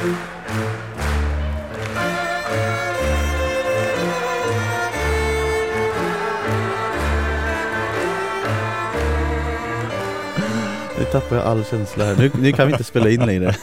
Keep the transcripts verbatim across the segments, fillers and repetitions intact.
Nu tappar jag all känsla här. Nu, nu kan vi inte spela in längre.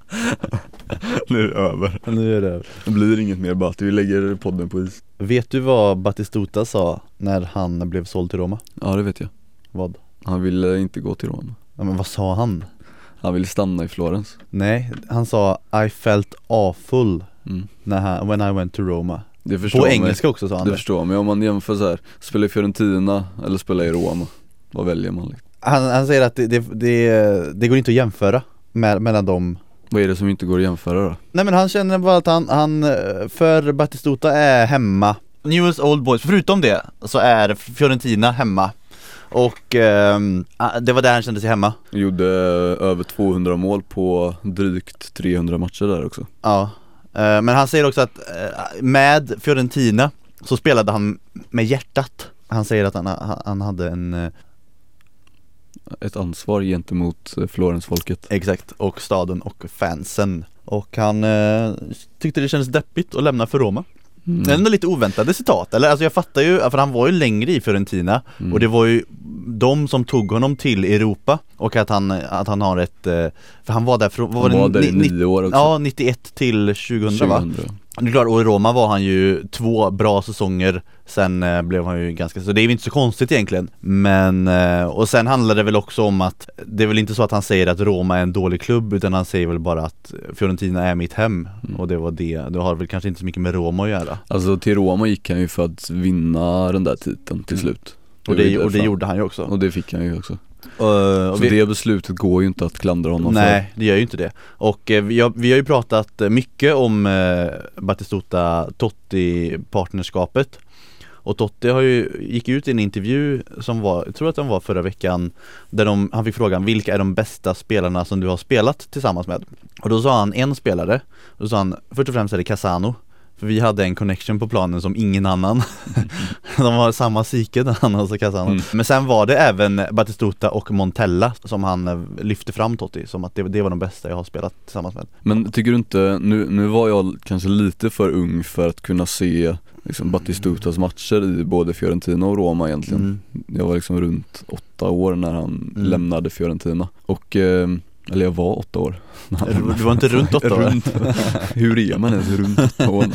Nu är det över. Nu är det över. Det blir inget mer Batti, vi lägger podden på is. Vet du vad Batistuta sa när han blev såld till Roma? Ja, det vet jag. Vad? Han ville inte gå till Roma. Ja, men vad sa han? Han ville stanna i Florens. Nej, han sa I felt awful mm. när han, when I went to Roma. Det förstår på mig. engelska också sa han det. det. Det förstår mig, om man jämför så här, spela i Fiorentina eller spela i Roma, vad väljer man liksom? Han, han säger att det, det, det, det går inte att jämföra med, mellan dem. Vad är det som inte går att jämföra då? Nej, men han känner bara att han, han för Batistuta är hemma. Newell's Old Boys, förutom det så är Fiorentina hemma. Och eh, det var där han kände sig hemma. Han gjorde över tvåhundra mål på drygt trehundra matcher där också. Ja, eh, men han säger också att eh, med Fiorentina så spelade han med hjärtat. Han säger att han, han hade en... Eh, ett ansvar gentemot Florensfolket. Exakt, och staden och fansen. Och han eh, tyckte det kändes deppigt att lämna för Roma. Mm. Det är ändå lite oväntade citat, eller? Alltså jag fattar ju, för han var ju längre i Fiorentina. Mm. Och det var ju de som tog honom till Europa. Och att han, att han har ett, för han var där för, var han var det, där i ni, nio år också. Ja, nittioett till tjugohundra, tjugohundra. Va? Det är klart, och i Roma var han ju två bra säsonger. Sen eh, blev han ju ganska, så det är ju inte så konstigt egentligen. Men, eh, och sen handlar det väl också om att det är väl inte så att han säger att Roma är en dålig klubb, utan han säger väl bara att Fiorentina är mitt hem. Mm. Och det var det, det har väl kanske inte så mycket med Roma att göra. Alltså till Roma gick han ju för att vinna den där titeln till slut. Och det, och det gjorde han ju också. Och det fick han ju också. Uh, och så vi, det beslutet går ju inte att klandra honom nej, för. Det gör ju inte det. Och eh, vi, har, vi har ju pratat mycket om eh, Batistuta-Totti-partnerskapet. Och Totti har ju, gick ut i en intervju som var, jag tror att den var förra veckan, där de, han fick frågan, vilka är de bästa spelarna som du har spelat tillsammans med? Och då sa han en spelare, och då sa han, först och främst är det Cassano. För vi hade en connection på planen som ingen annan. De har samma psyke där han och Cassano. Mm. Men sen var det även Batistuta och Montella som han lyfte fram Totti som att det, det var de bästa jag har spelat tillsammans med. Men tycker du inte, nu, nu var jag kanske lite för ung för att kunna se liksom Batistutas matcher i både Fiorentina och Roma egentligen. Mm. Jag var liksom runt åtta år när han mm. lämnade Fiorentina. Och... Eh, eller jag var åtta år. Du var inte runt åtta år? Runt. Hur är man ens runt åtta år?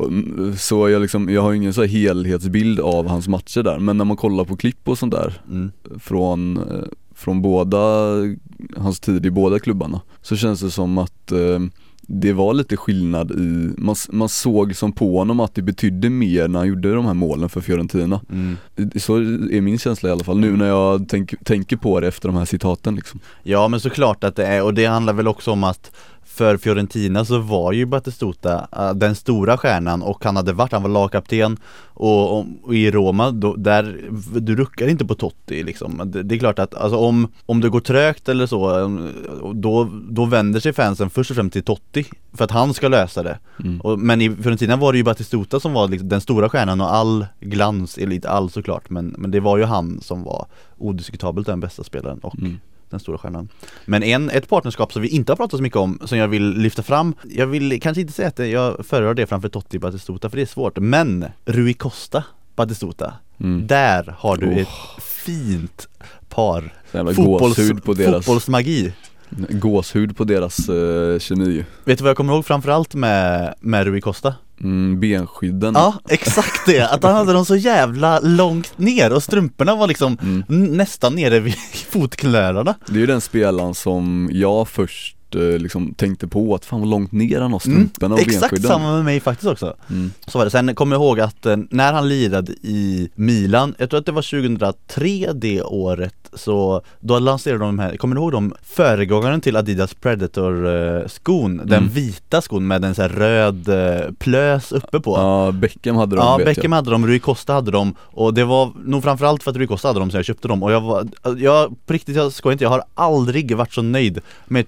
Så jag, liksom, jag har ingen så här helhetsbild av hans matcher där. Men när man kollar på klipp och sånt där mm. från, från båda hans tid i båda klubbarna, så känns det som att eh, det var lite skillnad i, man, man såg som på honom att det betydde mer när han gjorde de här målen för Fiorentina. Mm. Så är min känsla i alla fall nu när jag tänk, tänker på det efter de här citaten liksom. Ja, men såklart att det är, och det handlar väl också om att för Fiorentina så var ju Batistuta uh, den stora stjärnan, och han hade varit, han var lagkapten, och, och, och i Roma då, där du ruckar inte på Totti liksom. det, det är klart att alltså, om, om det går trögt eller så, då, då vänder sig fansen först och främst till Totti för att han ska lösa det. Mm. Och, men i Fiorentina var det ju Batistuta som var liksom den stora stjärnan, och all glans, eller inte all såklart, men, men det var ju han som var odiskutabelt den bästa spelaren och mm. den stora stjärnan. Men en, ett partnerskap som vi inte har pratat så mycket om, som jag vill lyfta fram, jag vill kanske inte säga att jag föredrar det framför Totti Batistuta, för det är svårt, men Rui Costa Batistuta, mm. där har du oh. ett fint par. Fotbolls, gåshud på deras, fotbollsmagi. Gåshud på deras uh, kemi. Vet du vad jag kommer ihåg framförallt med, med Rui Costa? Mm, benskydden. Ja, exakt det. Att han hade dem så jävla långt ner, och strumporna var liksom mm. nästan nere vid fotknölarna. Det är ju den spelaren som jag först liksom tänkte på, att fan vad långt ner han har strumporna mm, och exakt benskydden. Exakt samma med mig faktiskt också. Mm. Så var det. Sen kommer jag ihåg att när han lirade i Milan, jag tror att det var tjugohundratre det året, så då lanserade de här, kommer du ihåg de föregångaren till Adidas Predator-skon, mm. den vita skon med en så här röd plös uppe på. Ja, Beckham hade dem. Ja, Beckham jag. hade dem, Rui Costa hade dem, och det var nog framförallt för att Rui Costa hade dem så jag köpte dem, och jag var, jag på riktigt, jag skojar inte, jag har aldrig varit så nöjd med ett par fotbolls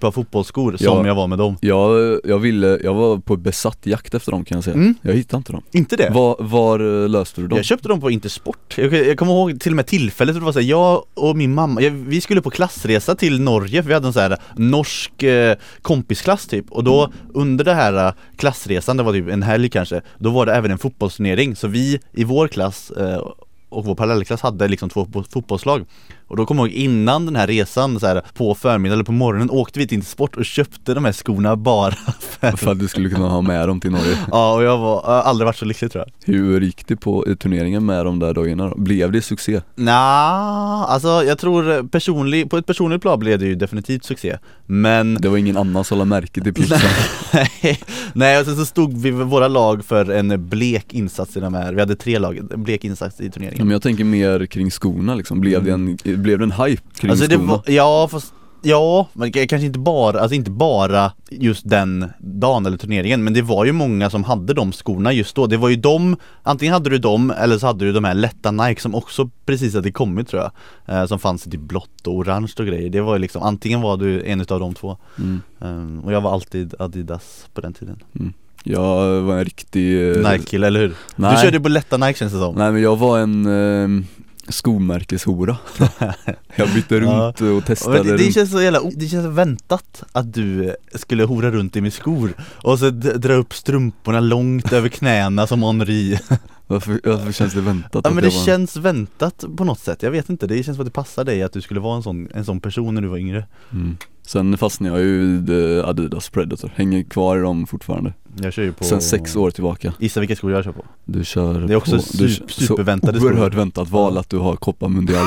fotbollsskor som Ja. jag var med dem. Jag, jag ville, jag var på besatt jakt efter dem kan jag säga. Mm. Jag hittade inte dem. Inte det? Var, var löste du dem? Jag köpte dem på Intersport. Jag, jag kommer ihåg till och med tillfället. Det var så här, jag och min mamma, jag, vi skulle på klassresa till Norge. För vi hade en så här norsk eh, kompisklass typ. Och då under det här eh, klassresan, det var typ en helg kanske, då var det även en fotbollsturnering. Så vi i vår klass eh, och vår parallellklass hade liksom två fotbollslag. Och då kommer jag ihåg innan den här resan så här, på förmiddagen eller på morgonen åkte vi till Intersport och köpte de här skorna bara för, för att du skulle kunna ha med dem till Norge. Ja, och jag, var, jag har aldrig varit så lycklig tror jag. Hur gick det på turneringen med de där dagarna då? Blev det succé? Nja, alltså jag tror personlig, på ett personligt plan blev det ju definitivt succé. Men Det var ingen annan som lade märke till pizzan. nej, nej, och sen så stod vi våra lag för en blek insats i de här. Vi hade tre lag, en blek insats i turneringen. Men jag tänker mer kring skorna liksom. Blev det en, blev det en hype kring Alltså det skorna? var, ja, fast, ja, men k- kanske inte bara, alltså inte bara just den dagen eller turneringen, men det var ju många som hade de skorna just då. Det var ju de, antingen hade du dem eller så hade du de här lätta Nike som också precis hade kommit tror jag, eh, som fanns i typ blått och orange och grejer. Det var ju liksom, antingen var du en utav de två. Mm. Um, och jag var alltid Adidas på den tiden. Mm. Jag var en riktig eh, Nike, eller hur? Nej. Du körde på lätta Nike känns det som. Nej men jag var en eh, skomärkeshora. Jag bytte runt och testade Men det, det runt. känns så jävla, det känns väntat att du skulle hora runt i med skor och så d- dra upp strumporna långt över knäna som Henri. Varför, varför känns det väntat? Ja att men jag det var en- känns väntat på något sätt. Jag vet inte, det känns som att det passar dig att du skulle vara en sån, en sån person när du var yngre. mm. Sen fastnade jag ju i Adidas Predator. Hänger kvar i dem fortfarande. Jag kör ju på Sen sex år tillbaka. Gissa vilka skor jag kör på. Du kör Det är också på, sup- du, kör- superväntade så skor. oerhört väntat val att du har Copa Mundial.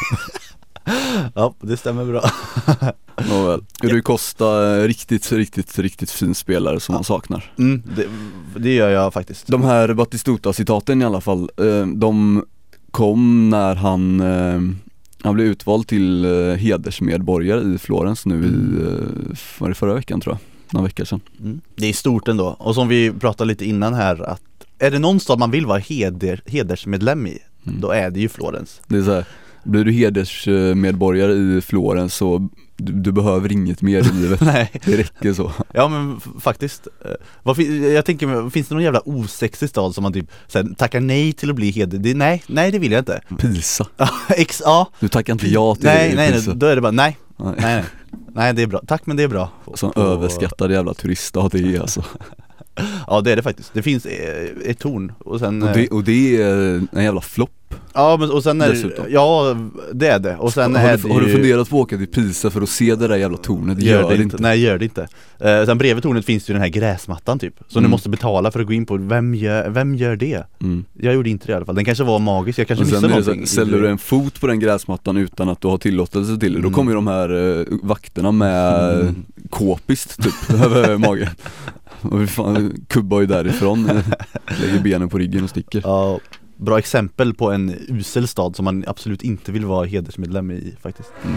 Ja, det stämmer bra. Nåväl. Du Costa, riktigt, riktigt, riktigt fin spelare som man saknar. Mm, det, det gör jag faktiskt. De här Batistuta-citaten i alla fall, eh, de kom när han, eh, han blev utvald till eh, hedersmedborgare i Florens nu i, eh, var det förra veckan tror jag, några veckor sedan. Mm. Det är stort ändå. Och som vi pratade lite innan här, att är det någon stad man vill vara heder, hedersmedlem i, Mm. då är det ju Florens. Det är så här, blir du hedersmedborgare i Florens så du, du behöver inget mer i livet. Nej. Det räcker så. Ja men f- faktiskt eh, vad fin- jag tänker, finns det någon jävla osexig stad som man typ såhär, tackar nej till att bli heder? Det, nej, nej det vill jag inte. Pisa. X, ja. Du tackar inte ja till Nej, det i nej, Pisa. nej, då är det bara nej. Nej. Nej, nej. Nej, det är bra. Tack men det är bra. Som På- överskattad jävla turiststad det är alltså. Ja det är det faktiskt. Det finns eh, ett torn och sen Och eh, det, och det är en jävla flopp. ja men och sen är dessutom. ja det är det. Och sen har, är du, det har du ju- funderat på att åka till Pisa för att se det där jävla tornet? Det Gör det inte. Nej, gör det inte. Eh, sen bredvid tornet finns ju den här gräsmattan typ. Så Mm. du måste betala för att gå in på. Vem gör, vem gör det? Mm. Jag gjorde inte det i alla fall. Den kanske var magisk. Jag kanske Och sen missade är det så, någonting. ställer du en fot på den gräsmattan utan att du har tillåtelse till det, Mm. då kommer ju de här eh, vakterna med Mm. k-pist typ över magen. Och vi fan kubbar ju därifrån, eh, lägger benen på ryggen och sticker. Ja, bra exempel på en usel stad som man absolut inte vill vara hedersmedlem i faktiskt. Mm.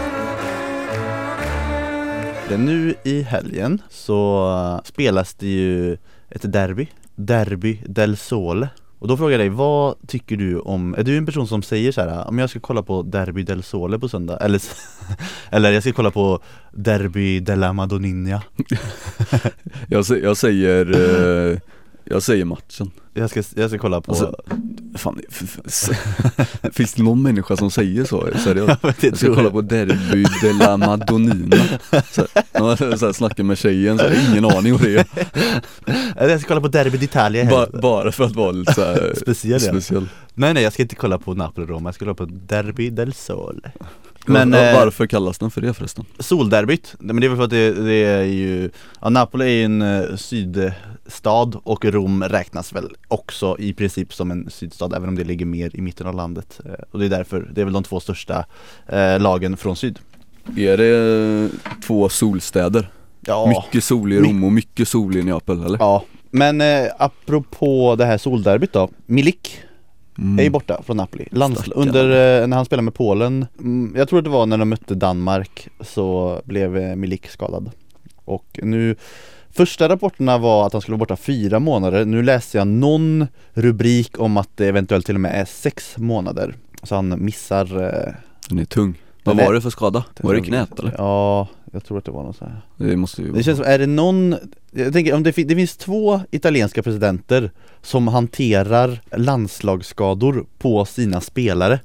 Det nu i helgen så spelas det ju ett derby. Derby del Sole. Och då frågar jag dig, vad tycker du om, är du en person som säger så här, om jag ska kolla på Derby del Sole på söndag, eller, eller jag ska kolla på Derby della Madonnina. Jag, sä- jag säger eh, jag säger matchen. Jag ska, jag ska kolla på Alltså, fan, f- f- s- finns det någon människa som säger så? Seriöst? Ja, men det Jag ska tror kolla jag. på Derby della Madonnina. Så, när man så här snackar med tjejen så har jag ingen aning om det. Jag ska kolla på Derby d'Italia i Ba- helgen. bara för att vara lite så här Speciell, ja. speciell. Nej nej, jag ska inte kolla på Napoli-Roma, jag ska kolla på Derby del Sole. Men, Men eh, varför kallas den för det förresten? Solderbyt, men det är väl för att det, det är ju, ja, Napoli är ju en eh, sydstad och Rom räknas väl också i princip som en sydstad, även om det ligger mer i mitten av landet. Eh, och det är därför, det är väl de två största eh, lagen från syd. Är det två solstäder? Ja, Mycket sol i Rom och mycket sol i Neapel, eller? ja. Men eh, apropå det här solderbyt då, Milik Mm. är ju borta från Napoli. Lands- Stackarn. under eh, när han spelade med Polen, mm, jag tror det var när de mötte Danmark, så blev eh, Milik skadad. Och nu, första rapporterna var att han skulle vara borta fyra månader. Nu läser jag någon rubrik om att det eventuellt till och med är sex månader. Så han missar eh, Den är tung. Vad Den var är- det för skada? Var det knät eller? Ja, Jag tror att det var något så här. Det måste ju Det känns som, är det någon, jag tänker om det, fin- det finns två italienska presidenter som hanterar landslagsskador på sina spelare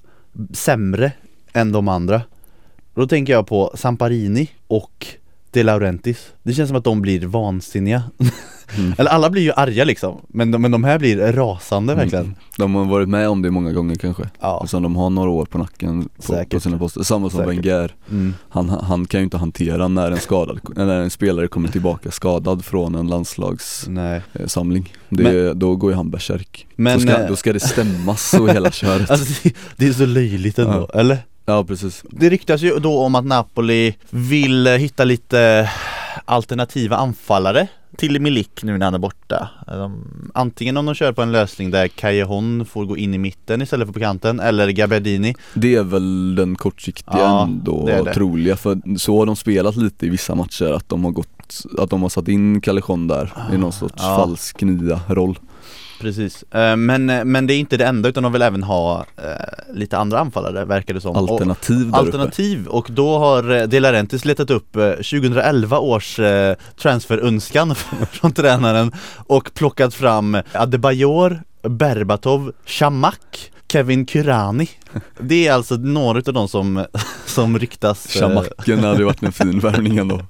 sämre än de andra. Då tänker jag på Samparini och De Laurentiis. Det känns som att de blir vansinniga. Mm. Eller alla blir ju arga liksom, men de, men de här blir rasande verkligen. Mm. De har varit med om det många gånger kanske. Ja. Så de har några år på nacken på, på sina poster. Samma som Säkert. Wenger. Mm. Han, han kan ju inte hantera när en skadad när en spelare kommer tillbaka skadad från en landslagssamling. Det, men, då går ju han berserk. Men, då, ska, då ska det stämmas och hela köret. Alltså, det, det är så löjligt ändå, ja. Eller? Ja, precis. Det ryktas ju då om att Napoli vill hitta lite alternativa anfallare till Milik nu när han är borta. De, antingen om de kör på en lösning där Callejon får gå in i mitten istället för på kanten, eller Gabbiadini. Det är väl den kortsiktiga ja, ändå det det. troliga, för så har de spelat lite i vissa matcher, att de har gått, att de har satt in Callejon där i någon sorts ja. falsk nia roll. Precis, men, men det är inte det enda, utan de vill även ha eh, lite andra anfallare, verkar det som. Alternativ och, där Alternativ, uppe. Och då har De Laurentiis letat upp eh, tjugoelva års eh, transferönskan från tränaren och plockat fram Adebayor, Berbatov, Chamakh, Kevin Kurani. Det är alltså några av de som, som ryktas. Chamacken hade varit en fin värvning ändå.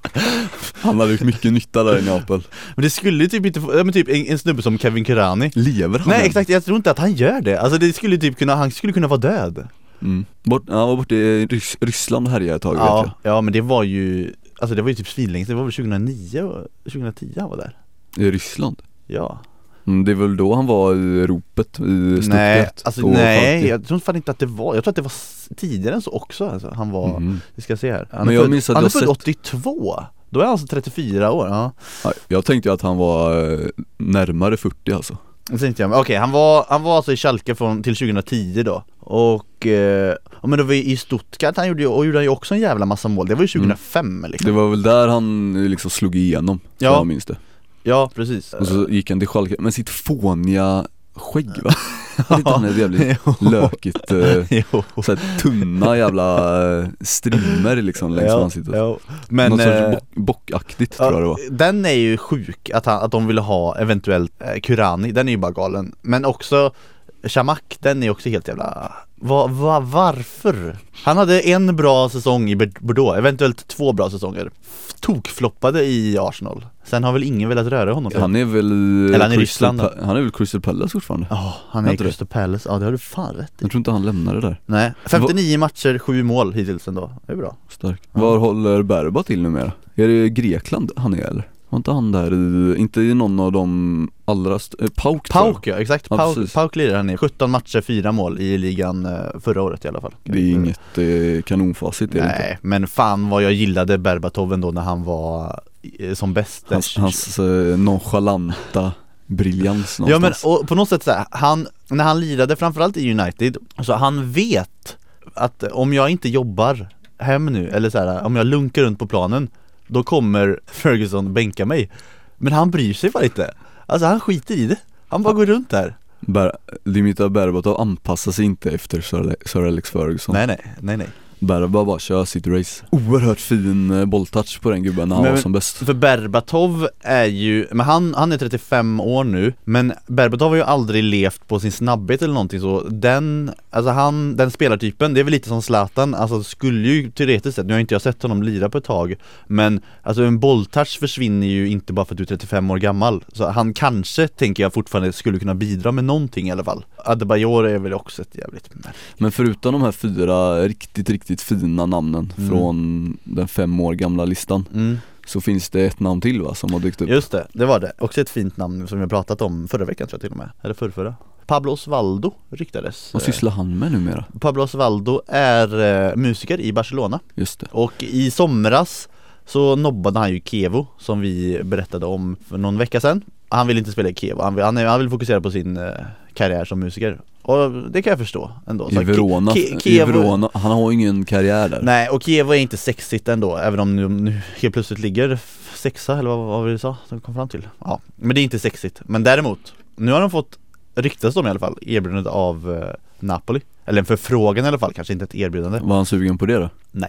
Han hade gjort mycket nytta där i Neapel. Men det skulle typ inte få, men typ en, en snubbe som Kevin Kurani. Lever han? Nej, exakt, jag tror inte att han gör det. Alltså det skulle typ kunna, han skulle kunna vara död. Mm. Bort, ja, var borta i Rys- Ryssland här ett tag. Ja, vet jag. ja, men det var ju, alltså det var ju typ svinlänge. Det var väl tjugohundranio och tjugohundratio han var där. I Ryssland? Ja. Mm, det är väl då han var i ropet i Stuttgart. Nej, alltså, nej jag tror fan inte att det var. Jag tror att det var tidigare än så också alltså. Han var, mm. vi ska se här. Han men är jag född, minns att han är jag född sett... åttiotvå. Då är han alltså trettiofyra år. Ja. Ja, jag tänkte ju att han var närmare fyrtio alltså. Det tänkte jag. Okej, okay, han var han var alltså i Schalke från till tjugohundratio då. Och eh, ja, men då var i Stuttgart han gjorde ju, och gjorde han ju också en jävla massa mål. Det var ju tjugohundrafem mm. liksom. Det var väl där han liksom slog igenom. Ja. Jag minns det. Ja, precis. Och så gick han till Schalke med sitt fåniga skägg, va? Ja, lite han är jävligt lökigt eh, så här tunna jävla strimmer liksom längs ja, ansiktet. Ja. Men något eh, sorts bock, bockaktigt ja, tror jag det var. Den är ju sjuk att, han, att de ville ha eventuellt eh, Kurani, den är ju bara galen. Men också Chamakh, den är också helt jävla va, va, varför? Han hade en bra säsong i Bordeaux, eventuellt två bra säsonger. Tokfloppade i Arsenal. Sen har väl ingen velat röra honom. Han är väl Eller han är i Ryssland. Pa- han är väl Crystal Palace fortfarande. Ja, oh, han är i Crystal Palace. Ja, det har du fan rätt i. Jag tror inte han lämnade där. Nej, femtionio Va- matcher, sju mål hittills ändå. Det är bra. Starkt. Ja. Var håller Berba till numera? Är det Grekland han är eller? Var inte han där i, inte i någon av de allra st- eh, Pauk Pauk, ja, exakt. Ja, Pauk, Pauk lirar han i sjutton matcher, fyra mål i ligan eh, förra året i alla fall. Det är inget eh, kanonfacit. Nej, det inte. Men fan vad jag gillade Berbatov ändå när han var eh, som bäst. Hans, hans eh, nonchalanta briljans någonstans. Ja, men och på något sätt så här, han, när han lirade framförallt i United, så han vet att om jag inte jobbar hem nu, eller så här, om jag lunkar runt på planen, då kommer Ferguson bänka mig. Men han bryr sig bara inte. Alltså han skiter i det. Han bara går runt där. Ber- Dimitar Berbatov anpassar sig inte efter Sir, Sir Alex Ferguson. Nej, nej, nej, nej. Berbatov bara kör sitt race. Oerhört fin bolltouch på den gubben när han men, var som bäst. För Berbatov är ju, men han, han är trettiofem år nu. Men Berbatov har ju aldrig levt på sin snabbhet eller någonting så. Den, alltså han, den spelartypen, det är väl lite som Zlatan. Alltså skulle ju teoretiskt sett, nu har inte jag sett honom lira på ett tag, men alltså en bolltouch försvinner ju inte bara för att du är trettiofem år gammal. Så han kanske, tänker jag fortfarande, skulle kunna bidra med någonting i alla fall. Adebayor är väl också ett jävligt. Men förutom de här fyra riktigt, riktigt fina namnen mm. från den fem år gamla listan mm. så finns det ett namn till, va, som har dykt upp. Just det, det var det. Också ett fint namn som vi har pratat om förra veckan tror jag till och med. Eller förrförra. Pablo Osvaldo ryktades. Vad sysslar han med numera? Pablo Osvaldo är eh, musiker i Barcelona. Just det. Och i somras så nobbade han ju Kevo, som vi berättade om för någon vecka sedan. Han vill inte spela i Kevo, han vill, han, han vill fokusera på sin eh, karriär som musiker. Och det kan jag förstå ändå. I Verona, Ke- Ke- i Verona, han har ingen karriär där. Nej, och Kevo är inte sexigt ändå, även om nu, nu helt plötsligt ligger sexa, eller vad, vad vi sa, som kom fram till. Ja, men det är inte sexigt. Men däremot, nu har de fått ryktas om i alla fall, erbjudandet av eh, Napoli. Eller en förfrågan i alla fall, kanske inte ett erbjudande. Var han sugen på det då? Nej.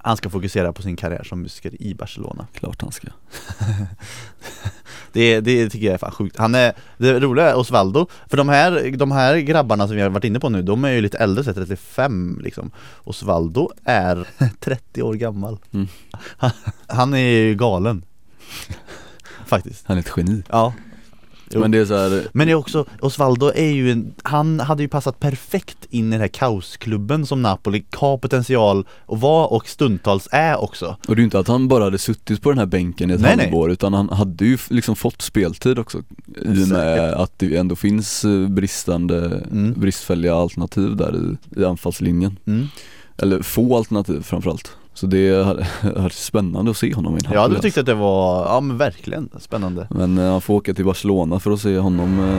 han ska fokusera på sin karriär som musiker i Barcelona. Klart han ska. det, det tycker jag är fan sjukt. Han är, det roliga är Osvaldo, för de här, de här grabbarna som vi har varit inne på nu, de är ju lite äldre, så trettiofem liksom. Osvaldo är trettio år gammal. Mm. Han, han är ju galen. Faktiskt. Han är ett geni. Ja. Jo. Men det är så här... Men det är också, Osvaldo är ju en, han hade ju passat perfekt in i den här kaosklubben som Napoli har potential att vara och stundtals är också. Och det är ju inte att han bara hade suttit på den här bänken i ett nej, halvår, nej. utan han hade ju liksom fått speltid också, i och med att det ändå finns bristande, mm. bristfälliga alternativ där i, i anfallslinjen. Mm. Eller få alternativ framförallt. Så det är spännande att se honom i en Ja, du tyckte att det var, ja men verkligen spännande. Men eh, han får åka till Barcelona för att se honom. Eh.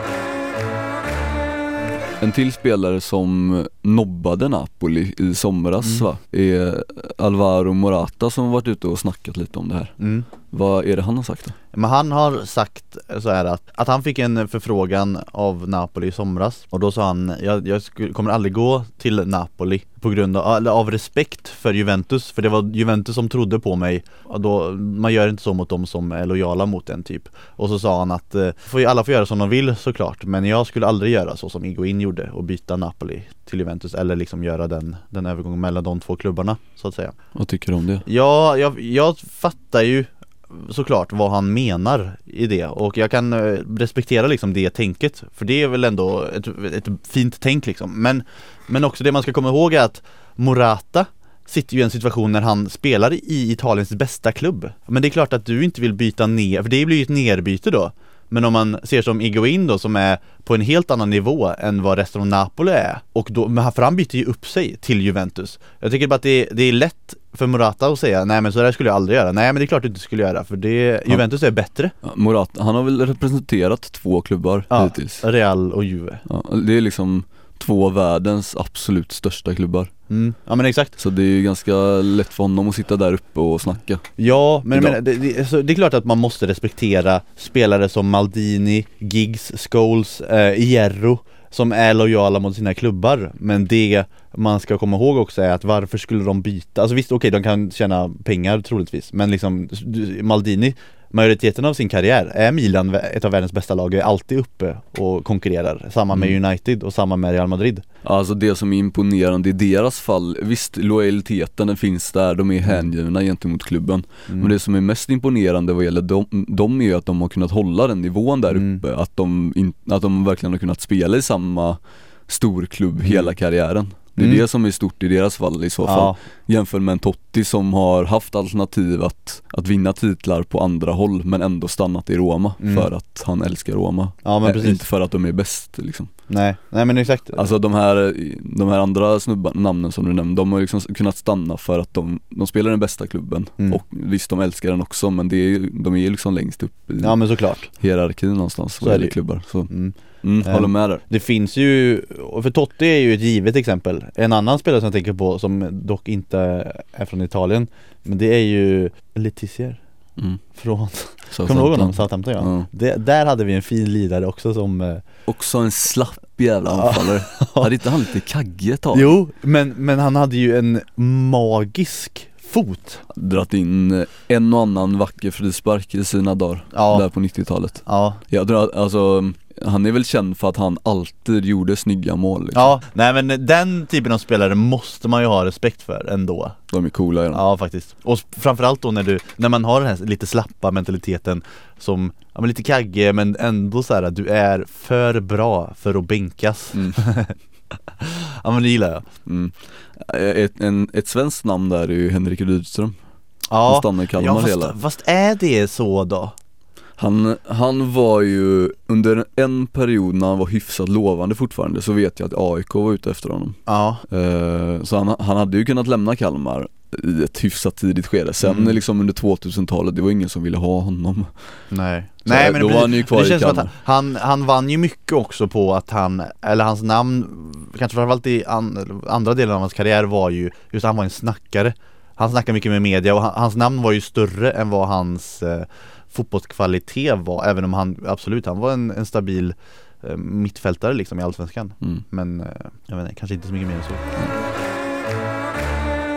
En till spelare som nobbade Napoli i somras mm. va, är Alvaro Morata, som har varit ute och snackat lite om det här. Mm. Vad är det han har sagt då? Men han har sagt så här att, att han fick en förfrågan av Napoli i somras, och då sa han, jag, jag skulle, kommer aldrig gå till Napoli på grund av, av respekt för Juventus, för det var Juventus som trodde på mig, och då, man gör inte så mot dem som är lojala mot en typ. Och så sa han att får, alla får göra som de vill såklart, men jag skulle aldrig göra så som Higuaín gjorde och byta Napoli till Juventus, eller liksom göra den, den övergången mellan de två klubbarna så att säga. Vad tycker du om det? Ja, jag, jag fattar ju såklart vad han menar i det, och jag kan respektera liksom det tänket, för det är väl ändå ett, ett fint tänk liksom. Men, men också det man ska komma ihåg är att Morata sitter ju i en situation när han spelar i Italiens bästa klubb. Men det är klart att du inte vill byta ner, för det blir ju ett nerbyte då. Men om man ser som Higuaín då, som är på en helt annan nivå än vad resten av Napoli är, och då, för han byter ju upp sig till Juventus. Jag tycker bara att det, det är lätt för Morata att säga, nej men så där skulle jag aldrig göra. Nej men det är klart du inte skulle göra, för det, Juventus är bättre. Ja, Morata, han har väl representerat två klubbar ja, hittills. Real och Juve. Ja, det är liksom två av världens absolut största klubbar. Mm. Ja men exakt. Så det är ju ganska lätt för honom att sitta där uppe och snacka. Ja, men, men det, det, så det är klart att man måste respektera spelare som Maldini, Giggs, Scholes, eh, Hierro, som är lojala mot sina klubbar. Men det man ska komma ihåg också är att varför skulle de byta? Alltså visst, okej, okay, de kan tjäna pengar troligtvis, men liksom Maldini, majoriteten av sin karriär är Milan ett av världens bästa lag, är alltid uppe och konkurrerar. Samma med mm. United och samma med Real Madrid. Alltså det som är imponerande i deras fall, visst lojaliteten den finns där, de är hängivna gentemot klubben. Mm. Men det som är mest imponerande vad gäller dem, de är ju att de har kunnat hålla den nivån där mm. uppe. Att de, in, att de verkligen har kunnat spela i samma storklubb mm. hela karriären. Det är mm. det som är stort i deras fall i så fall. Ja. Jämför med en Totti som har haft alternativ att, att vinna titlar på andra håll, men ändå stannat i Roma mm. för att han älskar Roma. Ja, men precis. Inte för att de är bäst liksom. Nej, nej men exakt. Alltså de här, de här andra snubba, namnen som du nämnde, de har liksom kunnat stanna för att de, de spelar den bästa klubben mm. och visst de älskar den också, men det är, de är liksom längst upp i ja, men såklart. hierarkin någonstans. Så är det klubbar. Så. Mm. Mm, um, håller med där. Det finns ju, för Totti är ju ett givet exempel. En annan spelare som jag tänker på, som dock inte är från Italien, men det är ju Letizier mm. från kommer du ihåg honom? Southampton, ja. Mm. Det, där hade vi en fin lidare också som också en slapp jävla anfallare. Hade inte han lite kagge ett tag? Jo, men, men han hade ju en magisk fot. Dratt in en och annan vacker frispark i sina dagar ja. Där på nittiotalet. Ja. Jag drar, alltså han är väl känd för att han alltid gjorde snygga mål liksom. Ja, nej men den typen av spelare måste man ju ha respekt för ändå. De är coola ja. Ja faktiskt. Och framförallt då när du när man har den här lite slappa mentaliteten som ja, men lite kagge, men ändå så här att du är för bra för att bänkas. Mm. Ja men det gillar jag. Mm. Ett, en, ett svenskt namn där är ju Henrik Rydström. Ja, han stannar i Kalmar ja fast, hela. fast är det så då? Han, han var ju under en period när han var hyfsat lovande fortfarande, så vet jag att A I K var ute efter honom. Ja. Uh, så han, han hade ju kunnat lämna Kalmar i ett hyfsat tidigt skede. Sen mm. liksom under tvåtusentalet, det var ingen som ville ha honom. Nej. Så Nej, men då det, var han ju kvar det känns i som att han, han vann ju mycket också på att han, eller hans namn, kanske framförallt i an, andra delen av hans karriär var ju just att han var en snackare. Han snackade mycket med media och han, hans namn var ju större än vad hans eh, fotbollskvalitet var, även om han absolut, han var en, en stabil eh, mittfältare liksom i Allsvenskan. Mm. Men eh, jag vet inte, kanske inte så mycket mer än så. Mm.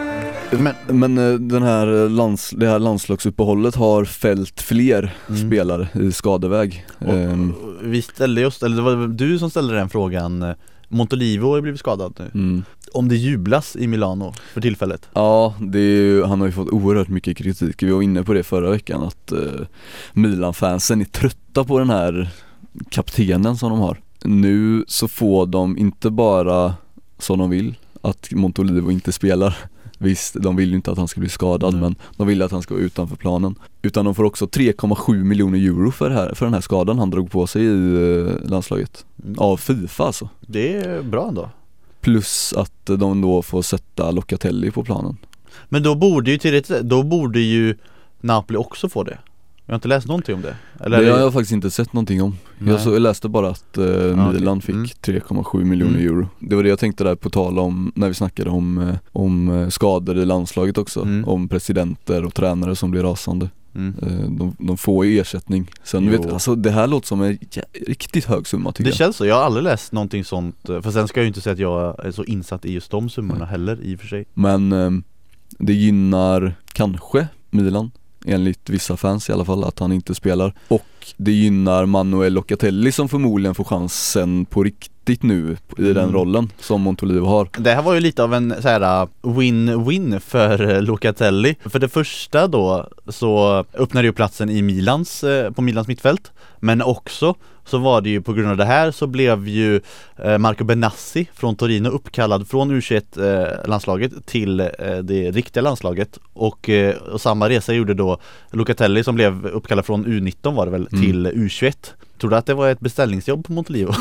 Men, Men eh, den här lands, det här landslagsuppehållet har fällt fler Mm. spelare i skadeväg. och, Ehm, och vi ställde just, eller det var du som ställde den frågan. Montolivo har ju blivit skadad nu. mm. Om det jublas i Milano för tillfället. Ja, det är ju, han har ju fått oerhört mycket kritik. Vi var inne på det förra veckan att eh, Milan-fansen är trötta på den här kaptenen som de har. Nu så får de inte bara som de vill att Montolivo inte spelar. Visst, de vill ju inte att han ska bli skadad, Mm. men de vill att han ska vara utanför planen. Utan de får också tre komma sju miljoner euro för, det här, för den här skadan han drog på sig i eh, landslaget. Mm. Av FIFA alltså. Det är bra ändå. Plus att de då får sätta Locatelli på planen. Men då borde ju tillräckligt, då borde ju Napoli också få det. Jag har inte läst någonting om det. Eller Det har jag faktiskt inte sett någonting om. Nej. Jag, så, jag läste bara att eh, Ja, Milan okej. fick Mm. tre komma sju miljoner Mm. euro. Det var det jag tänkte där på tal om när vi snackade om, eh, om eh, skador i landslaget också. Mm. Om presidenter och tränare som blir rasande. Mm. Eh, de, de får ju ersättning. Sen Jo. vet, alltså, det här låter som en jä- riktigt hög summa tycker Det jag. känns så, jag har aldrig läst någonting sånt. För sen ska jag ju inte säga att jag är så insatt i just de summorna heller i och för sig. Men eh, det gynnar kanske Milan, enligt vissa fans i alla fall, att han inte spelar. Och det gynnar Manuel Locatelli som förmodligen får chansen på riktigt nu i Mm. den rollen som Montolivo har. Det här var ju lite av en så här win-win för Locatelli. För det första då så öppnade ju platsen i Milans, eh, på Milans mittfält. Men också så var det ju på grund av det här så blev ju eh, Marco Benassi från Torino uppkallad från U tjugoett-landslaget till eh, det riktiga landslaget. Och, eh, och samma resa gjorde då Locatelli som blev uppkallad från U nitton var det väl Mm. till U tjugoett. Tror du att det var ett beställningsjobb på Montolivo?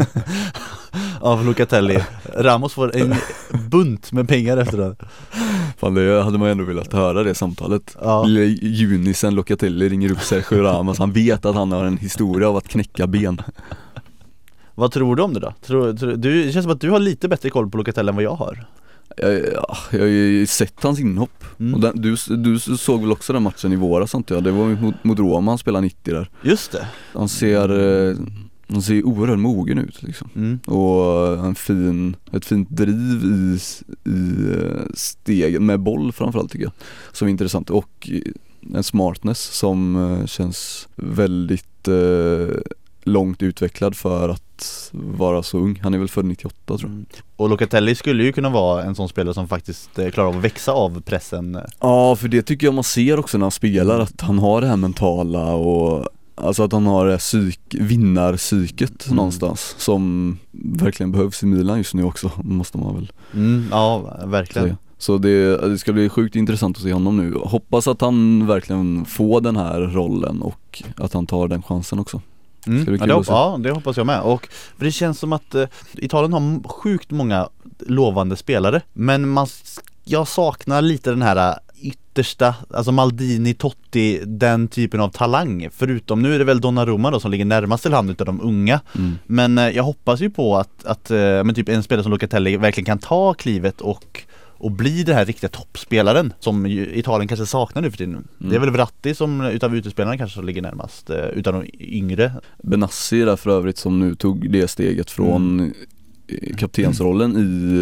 Av Locatelli. Ramos får en bunt med pengar efter det. Fan, det hade man ändå velat höra det samtalet. Ja. Lille Junisen Locatelli ringer upp Sergio Ramos. Han vet att han har en historia av att knäcka ben. Vad tror du om det då? Tror, tror, du, det känns som att du har lite bättre koll på Locatelli än vad jag har. Jag, jag, jag har ju sett hans inhopp. Mm. Och den, du, du såg väl också den matchen i våras, antar jag. Det var mot, mot Roma, han spelade nittio där. Just det. Han ser, eh, han ser oerhört mogen ut liksom. Mm. Och en fin, ett fint driv i, i steg med boll framförallt tycker jag, som är intressant. Och en smartness som eh, känns väldigt eh, långt utvecklad för att vara så ung. Han är väl född nittioåtta tror jag. Mm. Och Locatelli skulle ju kunna vara en sån spelare som faktiskt eh, klarar av att växa av pressen. Ja, för det tycker jag man ser också när han spelar, att han har det här mentala och alltså att han har det här psyk, vinnarpsyket Mm. någonstans som verkligen behövs i Milan just nu också, måste man väl Mm, ja, verkligen. säga. Så det, det ska bli sjukt intressant att se honom nu. Hoppas att han verkligen får den här rollen och att han tar den chansen också. Mm. Ska bli Ja, kul det, att se. ja, det hoppas jag med. Och för det känns som att eh, Italien har sjukt många lovande spelare. Men man, jag saknar lite den här eh, yttersta, alltså Maldini, Totti, den typen av talang. Förutom, nu är det väl Donnarumma då som ligger närmast till hand utav de unga. Mm. Men eh, jag hoppas ju på att, att eh, men typ en spelare som Locatelli verkligen kan ta klivet och och bli den här riktiga toppspelaren som ju Italien kanske saknar nu för tiden. Mm. Det är väl Verratti som utav utespelarna kanske ligger närmast, eh, utan de yngre. Benassi där för övrigt som nu tog det steget från mm. kaptensrollen i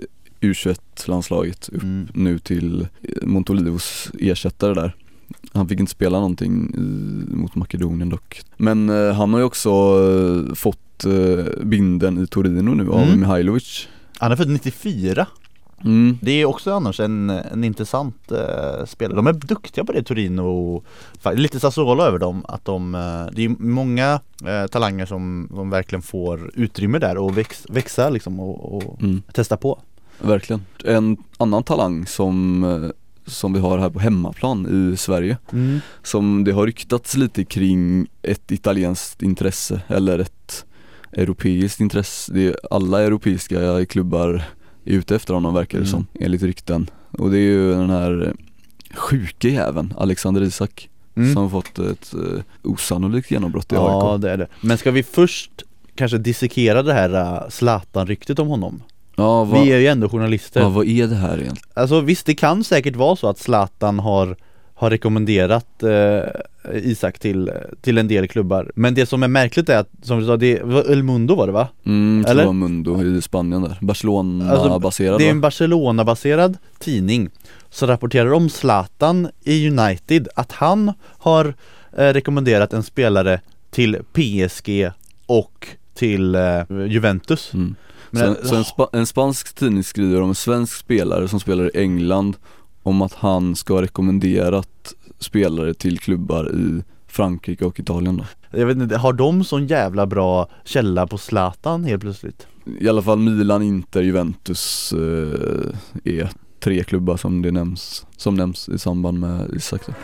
U tjugoett-landslaget upp Mm. nu till Montolivos ersättare där. Han fick inte spela någonting i, mot Makedonien dock. Men eh, han har ju också eh, fått eh, binden i Torino nu av Mm. Mihailovic. Han är född nittiofyra. Mm. Det är också annars en, en intressant eh, spelare. De är duktiga på det, Torino. Lite Sassuolo över dem. Att de, eh, det är många eh, talanger som, som verkligen får utrymme där och väx, växa liksom och, och Mm. testa på. Verkligen. En annan talang som, eh, som vi har här på hemmaplan i Sverige, Mm. som det har ryktats lite kring ett italienskt intresse eller ett europeiskt intresse. Det är alla europeiska klubbar är ute efter honom, verkar det Mm. som, enligt rykten. Och det är ju den här sjuka jäveln Alexander Isak Mm. som har fått ett uh, osannolikt genombrott i A I K. Ja, det är det. Men ska vi först kanske dissekera det här uh, Zlatan-ryktet om honom? Ja, vad, Vi är ju ändå journalister. ja, vad är det här egentligen? Alltså visst, det kan säkert vara så att Zlatan har har rekommenderat eh, Isak till, till en del klubbar. Men det som är märkligt är att, som du sa, det var El Mundo var det va? Mm, det var Mundo i Spanien där. Barcelona-baserad. Alltså, det är en Barcelona-baserad tidning som rapporterar om Zlatan i United, att han har eh, rekommenderat en spelare till P S G och till eh, Juventus. Mm. Men, så, så en, spa, en spansk tidning skriver om en svensk spelare som spelar i England, om att han ska ha rekommenderat spelare till klubbar i Frankrike och Italien då. Jag vet inte, har de sån jävla bra källa på Zlatan helt plötsligt? I alla fall Milan, Inter, Juventus eh, är tre klubbar som det nämns, som nämns i samband med Isak. Mm.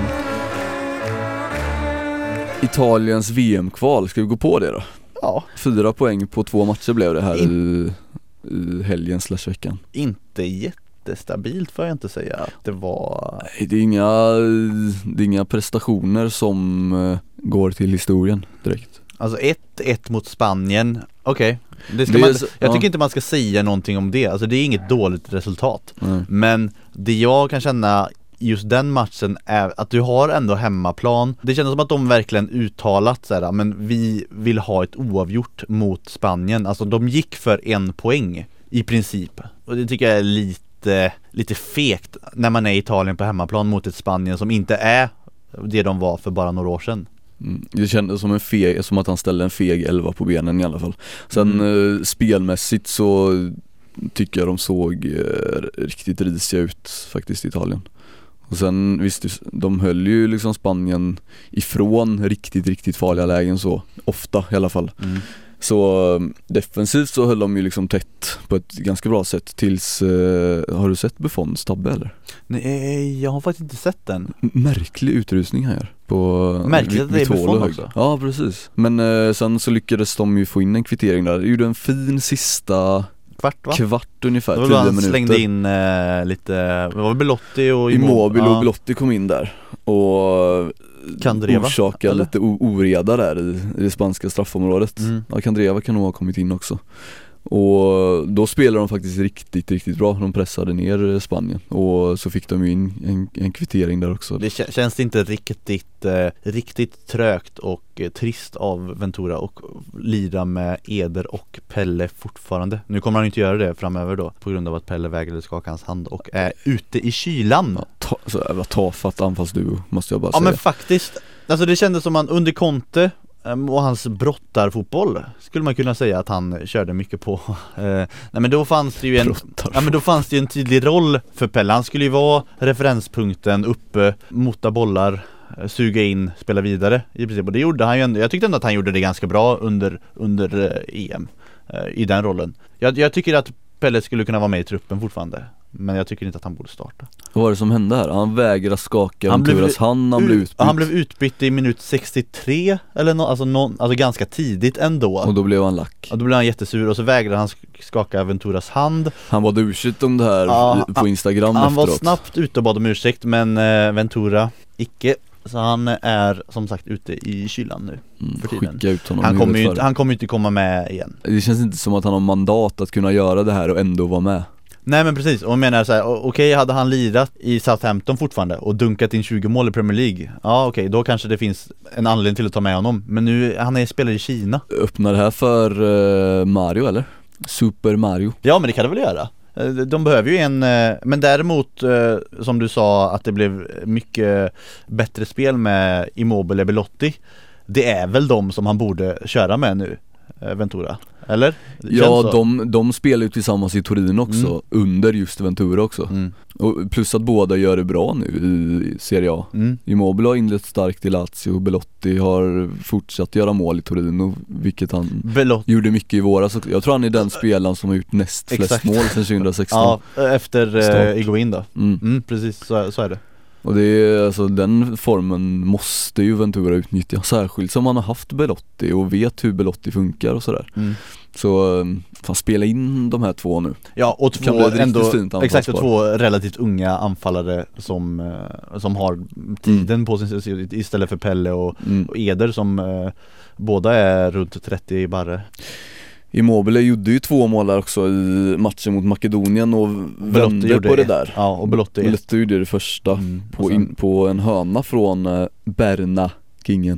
Italiens V M-kval, ska vi gå på det då? Ja. Fyra poäng på två matcher blev det här In... i, i helgen slash veckan. Inte jättestabilt får jag inte säga att det var. Nej, det är inga, det är inga prestationer som uh, går till historien direkt. Alltså ett ett mot Spanien, okej okay. Det man, Jag tycker ja. inte man ska säga någonting om det. Alltså det är inget dåligt resultat. Mm. Men det jag kan känna just den matchen är att du har ändå hemmaplan. Det känns som att de verkligen uttalat så här, men vi vill ha ett oavgjort mot Spanien. Alltså de gick för en poäng i princip. Och det tycker jag är lite, lite fegt när man är i Italien på hemmaplan mot ett Spanien som inte är det de var för bara några år sedan. Mm, det kändes som en feg, som att han ställde en feg elva på benen i alla fall. Sen mm. eh, spelmässigt så tycker jag de såg eh, riktigt risiga ut faktiskt i Italien. Och sen visst, de höll ju liksom Spanien ifrån riktigt, riktigt farliga lägen så ofta i alla fall. Mm. Så defensivt så höll de ju liksom tätt på ett ganska bra sätt tills, eh, har du sett Buffons tabbe eller? Nej, jag har faktiskt inte sett den. Märklig utrustning här på Märkligt att det är Buffon också. Ja, precis. Men eh, sen så lyckades de ju få in en kvittering där. Det gjorde en fin sista kvart, va? Kvart ungefär, tio minuter. Han slängde in eh, lite, vad var Belotti och Immobile och Belotti kom in där och Kandreva, orsaka lite o- oreda där i, i det spanska straffområdet. Mm. Ja, Kandreva kan nog ha kommit in också. Och då spelade de faktiskt riktigt, riktigt bra. De pressade ner Spanien och så fick de ju in en, en kvittering där också. Det k- känns inte riktigt, eh, riktigt trögt och eh, trist av Ventura och lira med Eder och Pelle fortfarande. Nu kommer han inte göra det framöver då på grund av att Pelle vägrade skaka hans hand och är ute i kylan. Ja, ta, så jävla tafatt anfallsduo måste jag bara ja, säga. Ja men faktiskt, alltså det kändes som man under Conte och hans brottarfotboll skulle man kunna säga att han körde mycket på. Eh, nej men då fanns det ju en ja, men då fanns det ju en tydlig roll för Pelle. Han skulle ju vara referenspunkten uppe, mota bollar, suga in, spela vidare i princip. Och det gjorde han ju ändå. Jag tyckte ändå att han gjorde det ganska bra under under eh, E M eh, i den rollen. Jag, jag tycker att Pelle skulle kunna vara med i truppen fortfarande. Men jag tycker inte att han borde starta. Vad var det som hände här? Han vägrade skaka han Venturas hand, han blev utbytt. Han blev utbytt i minut sextiotre eller no, alltså, no, alltså ganska tidigt ändå. Och då blev han lack. Och då blev han jättesur och så vägrade han skaka Venturas hand. Han var ursäkt om det här ja, på Instagram han, efteråt. Han var snabbt ute och bad om ursäkt, men eh, Ventura icke. Så han är som sagt ute i kylan nu mm, för tiden. Skicka ut honom. Han kommer ju inte, han kommer inte komma med igen. Det känns inte som att han har mandat att kunna göra det här och ändå vara med. Nej men precis, och jag menar så här, okej okay, hade han lirat i Southampton fortfarande och dunkat in tjugo mål i Premier League. Ja okej, okay, då kanske det finns en anledning till att ta med honom. Men nu, han är spelare i Kina. Öppnar det här för uh, Mario eller? Super Mario. Ja men det kan det väl göra. De behöver ju en, men däremot som du sa att det blev mycket bättre spel med Immobile Belotti. Det är väl de som han borde köra med nu, Ventura, eller? Ja, de, de spelar ju tillsammans i Turin också, mm. under just Ventura också. Mm. Och plus att båda gör det bra nu i Serie A. Mm. Immobile har inlett starkt i Lazio och Belotti har fortsatt göra mål i Torino, vilket han Belotti gjorde mycket i våras. Jag tror han är den spelaren som har gjort näst flest Exakt. mål sedan tjugohundrasexton. Ja, efter eh, Higuain då. Mm. Mm, precis, så, så är det. Och det är, alltså, den formen måste ju Ventura utnyttja, särskilt som han har haft Belotti och vet hur Belotti funkar och sådär. Mm. Så fan, spela in de här två nu. Ja, och två ändå, exakt, och två relativt unga anfallare som, som har tiden mm. på sin sida istället för Pelle och, mm. och Eder som eh, båda är runt trettio i barre. Immobile gjorde ju två mål där också i matchen mot Makedonien och vände på det där. Ja, och Belotti Belotti gjorde det första mm, på, sen... in, på en hörna från eh, Berna Kingen.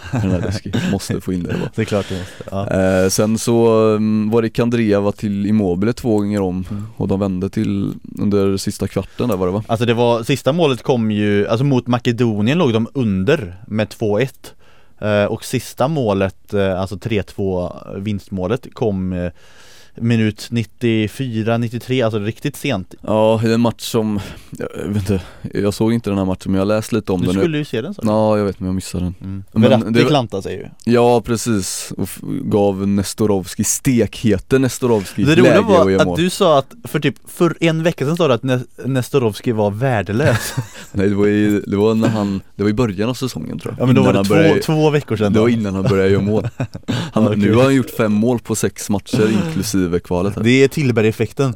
Måste få in det bara. Det är klart det måste. Ja. Eh, sen så um, var det Kandreva till Immobile två gånger om mm. och de vände till under sista kvarten där var det va? Alltså det var, sista målet kom ju, alltså mot Makedonien låg de under med två ett. Eh, och sista målet, eh, alltså tre två vinstmålet kom eh, minut nittiofyra nittiotre, alltså riktigt sent. Ja, i en match som jag vet inte, jag såg inte den här matchen men jag läste lite om du den. Du skulle ju se den så. Ja, jag vet men jag missade den. Mm. Men Verratti det klantade sig ju. Ja, precis. Och f- gav Nestorovski stekhete Nestorovski det läge var och att mål. Du sa att för typ för en vecka sedan sa du att ne- Nestorovski var värdelös. Nej, det var i, det var när han det var i början av säsongen tror jag. Ja, men då innan var det två, började, två veckor sedan. Det då. var innan han började göra mål. Han, okay. Nu har han gjort fem mål på sex matcher inklusive kvalet här. Det är Tillberg-effekten.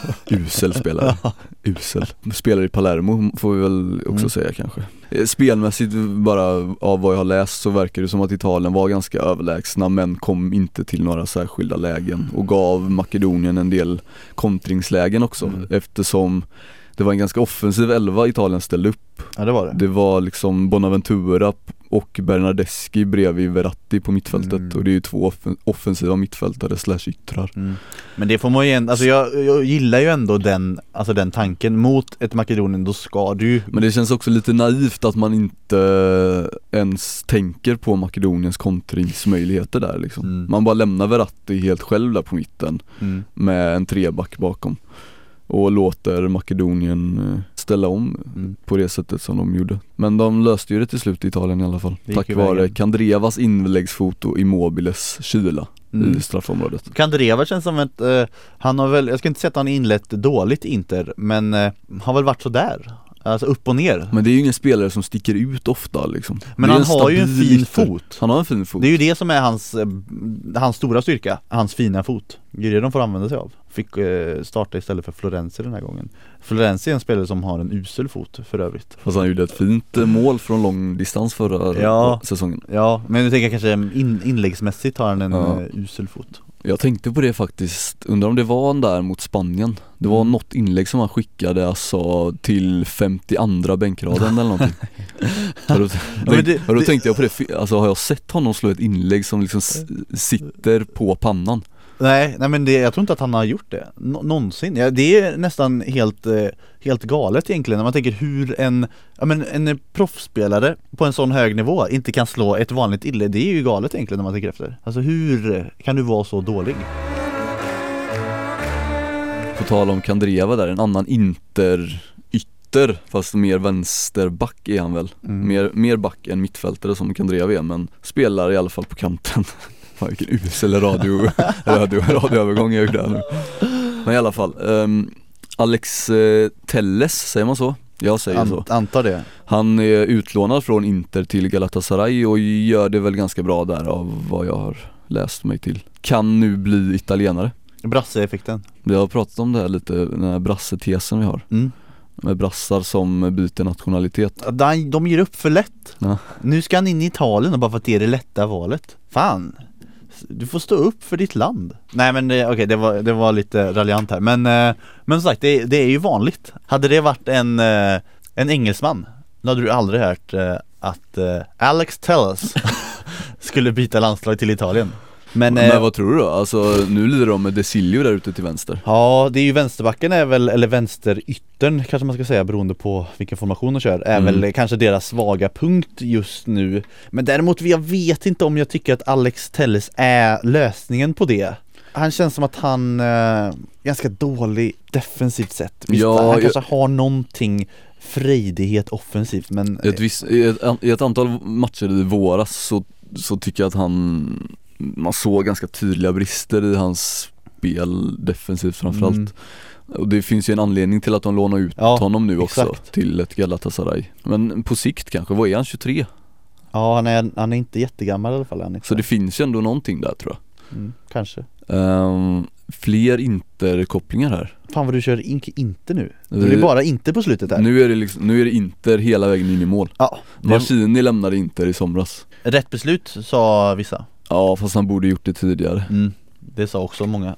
Usel spelare. Usel. Spelar i Palermo får vi väl också mm. säga kanske. Spelmässigt bara av vad jag har läst så verkar det som att Italien var ganska överlägsna men kom inte till några särskilda lägen och gav Makedonien en del kontringslägen också mm. eftersom det var en ganska offensiv elva Italien ställde upp. Ja, det var det. Det var liksom Bonaventura och Bernardeschi bredvid Verratti på mittfältet mm. och det är ju två off- offensiva mittfältare slash yttrar. Mm. Men det får man ju ändå, alltså jag, jag gillar ju ändå den, alltså den tanken mot ett Makedonien, då ska du. Men det känns också lite naivt att man inte ens tänker på Makedoniens kontringsmöjligheter där liksom. Mm. Man bara lämnar Verratti helt själv där på mitten mm. med en treback bakom. Och låter Makedonien ställa om mm. på det sättet som de gjorde. Men de löste ju det till slut i Italien i alla fall. Tack vare Kandrevas inläggsfot och Immobiles kyla mm. i straffområdet. Kandreva känns som ett, eh, han har väl, jag ska inte säga att han inlett dåligt Inter, men eh, har väl varit så där. Alltså upp och ner. Men det är ju ingen spelare som sticker ut ofta liksom. Men han har ju en fin fot. Han har en fin fot. Det är ju det som är hans, hans stora styrka. Hans fina fot. Det är det de får använda sig av. Fick eh, starta istället för Florenzi den här gången. Florenzi är en spelare som har en usel fot för övrigt. Fast han gjorde ett fint mål från lång distans förra ja, säsongen. Ja, men jag tänker kanske in, inläggsmässigt har han en ja. usel fot. Jag tänkte på det faktiskt, undrar om det var en där mot Spanien. Det var mm. något inlägg som han skickade alltså till femtioandra bänkraden eller någonting. Och då, ja, men det, och då det, tänkte jag på det, alltså har jag sett honom slå ett inlägg som liksom s- sitter på pannan? Nej, nej men det, jag tror inte att han har gjort det Nå- någonsin. Ja, det är nästan helt, eh, helt galet egentligen när man tänker hur en, ja, men en proffsspelare på en sån hög nivå inte kan slå ett vanligt inlägg. Det är ju galet egentligen när man tänker efter. Alltså hur kan du vara så dålig? På tal om Kandreva där, en annan Inter ytter, fast mer vänsterback är han väl. Mm. Mer, mer back än mittfältare som Kandreva är, men spelar i alla fall på kanten. Fan, vilken usel radio, radio, radioövergång jag gjorde här nu. Men i alla fall, um, Alex uh, Telles, säger man så? Jag säger Ant, så. Antar det. Han är utlånad från Inter till Galatasaray och gör det väl ganska bra där av vad jag har läst mig till. Kan nu bli italienare. Brasse-effekten. Vi har pratat om det här lite, den här brassetesen vi har. Mm. Med brassar som byter nationalitet. De, de ger upp för lätt. Ja. Nu ska han in i Italien och bara för att det är det lätta valet. Fan. Du får stå upp för ditt land. Nej men okej, okay, det, var, det var lite raljant här. Men, eh, men som sagt, det, det är ju vanligt. Hade det varit en, eh, en engelsman, då hade du aldrig hört eh, att eh, Alex Telles skulle byta landslag till Italien. Men, men eh, vad tror du då? Alltså nu lider de med Desilio där ute till vänster. Ja, det är ju vänsterbacken är väl, eller vänsteryttern kanske man ska säga beroende på vilken formation de kör, är mm. väl kanske deras svaga punkt just nu. Men däremot, jag vet inte om jag tycker att Alex Telles är lösningen på det. Han känns som att han är ganska dålig defensivt sett. Visst, ja, han kanske jag... har någonting frejdighet offensivt, men I ett, viss, i ett, i ett antal matcher i våras så, så tycker jag att han man såg ganska tydliga brister i hans spel defensivt framförallt. Mm. Och det finns ju en anledning till att de lånar ut ja, honom nu också exakt. Till ett Galatasaray. Men på sikt kanske, vad är han, tjugotre? Ja, han är, han är inte jättegammal i alla fall. Han är så det finns ju ändå någonting där tror jag. Mm, kanske. Um, fler Inter-kopplingar här. Fan vad du kör inte inte nu. Det är bara inte på slutet här. Nu är det liksom, nu är det Inter hela vägen in i mål. Ja. Mancini lämnade Inter i somras. Rätt beslut sa vissa. Ja, fast han borde gjort det tidigare. Mm. Det sa också många.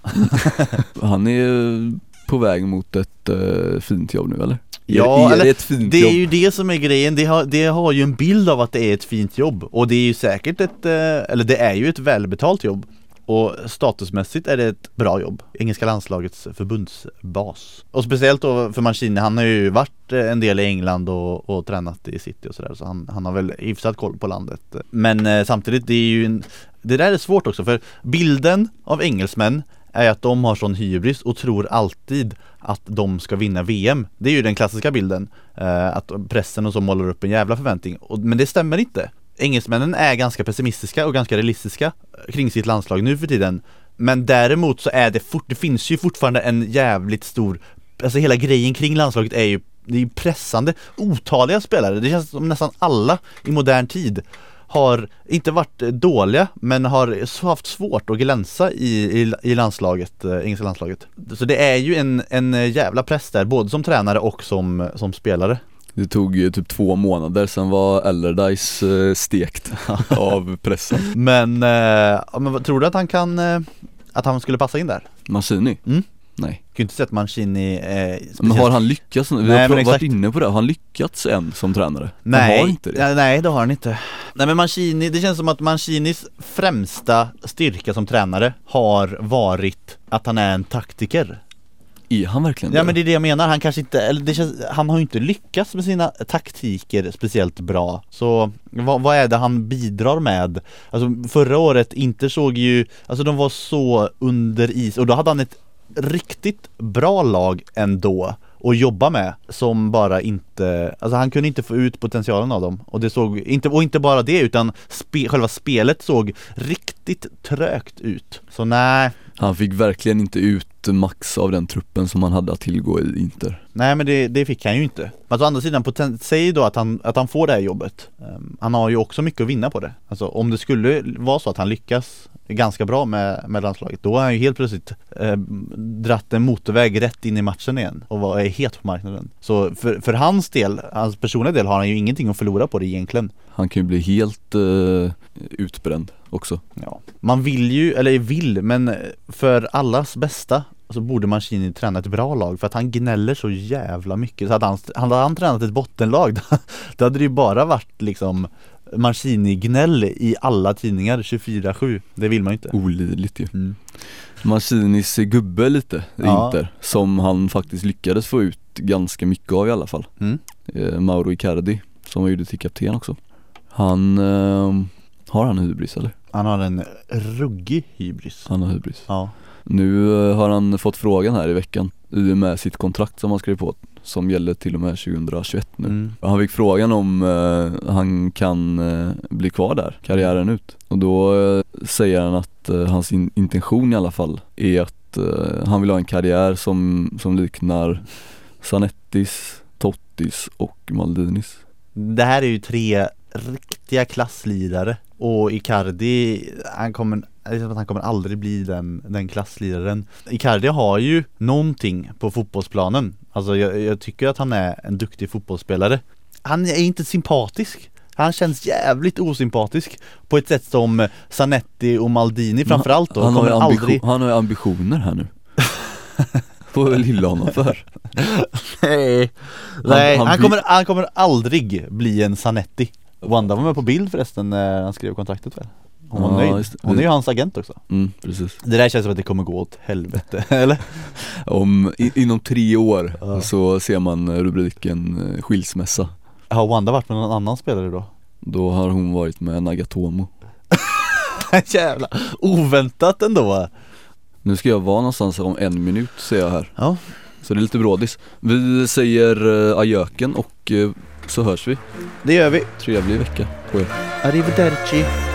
Han är på väg mot ett uh, fint jobb nu, eller? Ja, är, är eller, det ett fint det jobb? är ju det som är grejen. Det har, det har ju en bild av att det är ett fint jobb. Och det är ju säkert ett, eller det är ju ett välbetalt jobb. Och statusmässigt är det ett bra jobb. Engelska landslagets förbundsbas. Och speciellt då för Mancini, han har ju varit en del i England och, och tränat i City och sådär. Så han, han har väl hyfsat koll på landet. Men eh, samtidigt, det är ju en, det där är svårt också. För bilden av engelsmän är att de har sån hybris och tror alltid att de ska vinna V M. Det är ju den klassiska bilden. Eh, att pressen och så målar upp en jävla förväntning. Och, men det stämmer inte. Engelsmännen är ganska pessimistiska och ganska realistiska kring sitt landslag nu för tiden. Men däremot så är det fort, det finns ju fortfarande en jävligt stor, alltså hela grejen kring landslaget är ju, det är ju pressande, otaliga spelare. Det känns som nästan alla i modern tid har inte varit dåliga, men har haft svårt att glänsa i, i, i landslaget, eh, engelska landslaget. Så det är ju en, en jävla press där, både som tränare och som, som spelare. Det tog ju typ två månader, sen var Allardyce eh, stekt av pressen. Men, eh, men tror du att han kan, eh, att han skulle passa in där? Mancini? Mm. Nej. Jag kan inte säga att Mancini eh, Men har han lyckats? Vi Nej, har men varit inne på det. Har han lyckats än som tränare? Nej, han har inte det. Nej, nej, det har han inte. Nej, men Mancini, det känns som att Mancinis främsta styrka som tränare har varit att han är en taktiker. Är han verkligen Ja, det? men det är det jag menar. Han kanske inte, eller det känns, han har ju inte lyckats med sina taktiker speciellt bra. Så vad, vad är det han bidrar med? Alltså förra året, Inter såg ju, alltså de var så under is och då hade han ett riktigt bra lag ändå att jobba med, som bara inte, alltså han kunde inte få ut potentialen av dem, och det såg inte, och inte bara det, utan spe, själva spelet såg riktigt trögt ut. Så nej, han fick verkligen inte ut max av den truppen som han hade att tillgå i Inter. Nej, men det, det fick han ju inte. Men å andra sidan, poten- säg då att han, att han får det här jobbet. Um, han har ju också mycket att vinna på det. Alltså om det skulle vara så att han lyckas ganska bra med, med landslaget, då har han ju helt plötsligt eh, dratt en motorväg rätt in i matchen igen och var, är het på marknaden. Så för, för hans del, hans personliga del, har han ju ingenting att förlora på det egentligen. Han kan ju bli helt eh, utbränd också. Ja. Man vill ju, eller vill, men för allas bästa så borde Mancini träna ett bra lag, för att han gnäller så jävla mycket. Så hade han, hade han tränat ett bottenlag, då hade det ju bara varit liksom Mancini-gnäll i alla tidningar tjugofyra sju. Det vill man ju inte. Olidligt ju. Mm. Mancinis gubbe lite, Ja. Inter, som han faktiskt lyckades få ut ganska mycket av i alla fall. Mm. eh, Mauro Icardi, som var gjorde till kapten också. Han eh, har han hybris eller? Han har en ruggig hybris. Han har hybris. Ja. Nu eh, har han fått frågan här i veckan i och med sitt kontrakt som han skrev på, som gäller till och med tjugohundratjugoett nu. Mm. Han fick frågan om eh, han kan eh, bli kvar där, karriären ut. Och då eh, säger han att eh, hans in- intention i alla fall är att eh, han vill ha en karriär som, som liknar Zanettis, Tottis och Maldinis. Det här är ju tre riktiga klasslirare, och Icardi, han kommer, han kommer aldrig bli den, den klassliraren. Icardi har ju någonting på fotbollsplanen. Alltså jag, jag tycker att han är en duktig fotbollsspelare. Han är inte sympatisk. Han känns jävligt osympatisk på ett sätt som Zanetti och Maldini framförallt då. Han, han, har kommer ambition, aldrig... han har ju ambitioner här nu. Får väl hylla honom för. Nej, Nej han, han, han, kommer, han kommer aldrig bli en Zanetti. Wanda var med på bild förresten när han skrev kontraktet väl. Hon var ja, nöjd. Hon är ju hans agent också. Mm, precis. Det där känns som att det kommer gå åt helvete, eller? Om, i, inom tre år ja. så ser man rubriken eh, skilsmässa. Har Wanda varit med någon annan spelare då? Då har hon varit med Nagatomo. Jävla oväntat ändå. Nu ska jag vara någonstans om en minut, ser jag här. Ja. Så det är lite brådis. Vi säger uh, ajöken och uh, så hörs vi. Det gör vi. Trevlig vecka på er. Arrivederci.